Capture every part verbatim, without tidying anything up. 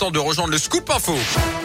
temps de rejoindre le Scoop Info.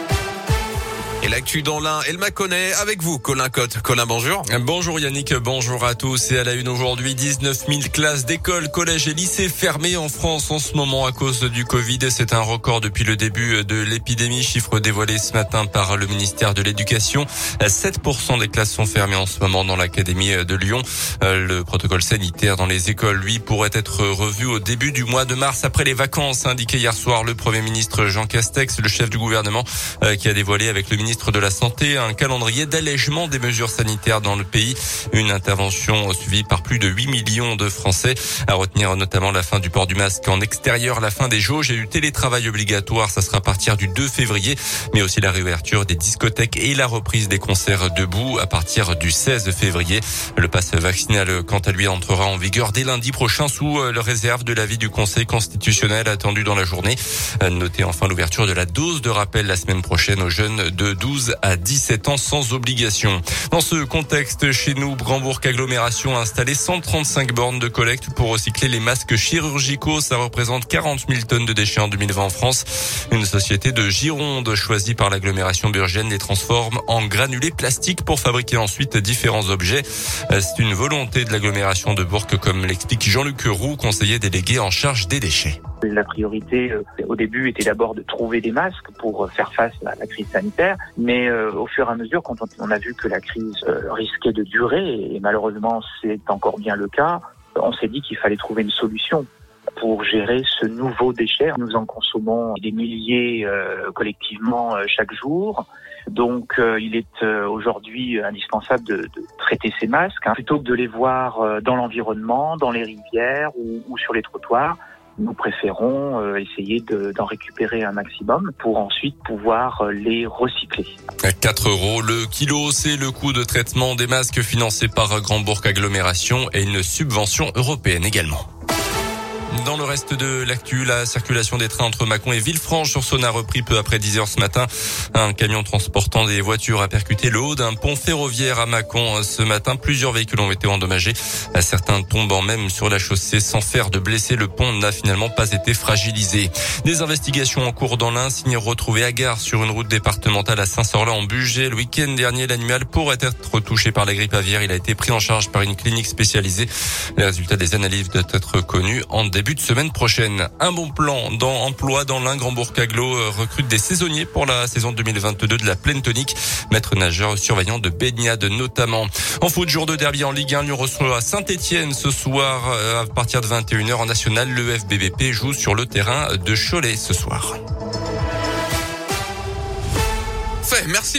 Et l'actu dans l'Ain, elle m'a connaît avec vous, Colin Cotte. Colin, bonjour. Bonjour Yannick, bonjour à tous. Et à la une aujourd'hui, dix-neuf mille classes d'écoles, collèges et lycées fermées en France en ce moment à cause du Covid. C'est un record depuis le début de l'épidémie. Chiffre dévoilé ce matin par le ministère de l'Éducation. sept pour cent des classes sont fermées en ce moment dans l'académie de Lyon. Le protocole sanitaire dans les écoles, lui, pourrait être revu au début du mois de mars après les vacances, indiqué hier soir le Premier ministre Jean Castex, le chef du gouvernement, qui a dévoilé avec le ministre ministre de la Santé un calendrier d'allègement des mesures sanitaires dans le pays. Une intervention suivie par plus de huit millions de Français. À retenir notamment la fin du port du masque en extérieur, la fin des jauges et du télétravail obligatoire. Ça sera à partir du deux février, mais aussi la réouverture des discothèques et la reprise des concerts debout à partir du seize février. Le pass vaccinal, quant à lui, entrera en vigueur dès lundi prochain sous le réserve de l'avis du Conseil constitutionnel attendu dans la journée. Notez enfin l'ouverture de la dose de rappel la semaine prochaine aux jeunes de douze à dix-sept ans sans obligation. Dans ce contexte, chez nous, Grand-Bourg Agglomération a installé cent trente-cinq bornes de collecte pour recycler les masques chirurgicaux. Ça représente quarante mille tonnes de déchets en deux mille vingt en France. Une société de Gironde choisie par l'agglomération burgienne les transforme en granulés plastiques pour fabriquer ensuite différents objets. C'est une volonté de l'agglomération de Bourg, comme l'explique Jean-Luc Roux, conseiller délégué en charge des déchets. La priorité euh, au début était d'abord de trouver des masques pour faire face à la crise sanitaire, mais euh, au fur et à mesure, quand on, on a vu que la crise euh, risquait de durer, et malheureusement c'est encore bien le cas, on s'est dit qu'il fallait trouver une solution pour gérer ce nouveau déchet. Nous en consommons des milliers euh, collectivement euh, chaque jour. Donc euh, il est euh, aujourd'hui indispensable de, de traiter ces masques, hein, plutôt que de les voir euh, dans l'environnement, dans les rivières ou, ou sur les trottoirs. Nous préférons euh, essayer de, d'en récupérer un maximum pour ensuite pouvoir euh, les recycler. À quatre euros le kilo, c'est le coût de traitement des masques financé par Grand-Bourg Agglomération et une subvention européenne également. Dans le reste de l'actu, la circulation des trains entre Mâcon et Villefranche-sur-Saône a repris peu après dix heures ce matin. Un camion transportant des voitures a percuté le haut d'un pont ferroviaire à Mâcon ce matin. Plusieurs véhicules ont été endommagés. Certains tombant même sur la chaussée sans faire de blessés. Le pont n'a finalement pas été fragilisé. Des investigations en cours dans l'Ain. Signe retrouvé à gare sur une route départementale à Saint-Sorlin en Bugey. Le week-end dernier, l'animal pourrait être touché par la grippe aviaire. Il a été pris en charge par une clinique spécialisée. Les résultats des analyses doivent être connus en début de semaine prochaine. Un bon plan dans emploi dans l'Ain. Grand-Bourg Aglo recrute des saisonniers pour la saison deux mille vingt-deux de la pleine tonique. Maître nageur surveillant de baignade notamment. En foot, jour de derby en Ligue un, Lyon reçoit Saint-Etienne ce soir à partir de vingt et une heures en national. Le F B B P joue sur le terrain de Cholet ce soir. Fait, merci.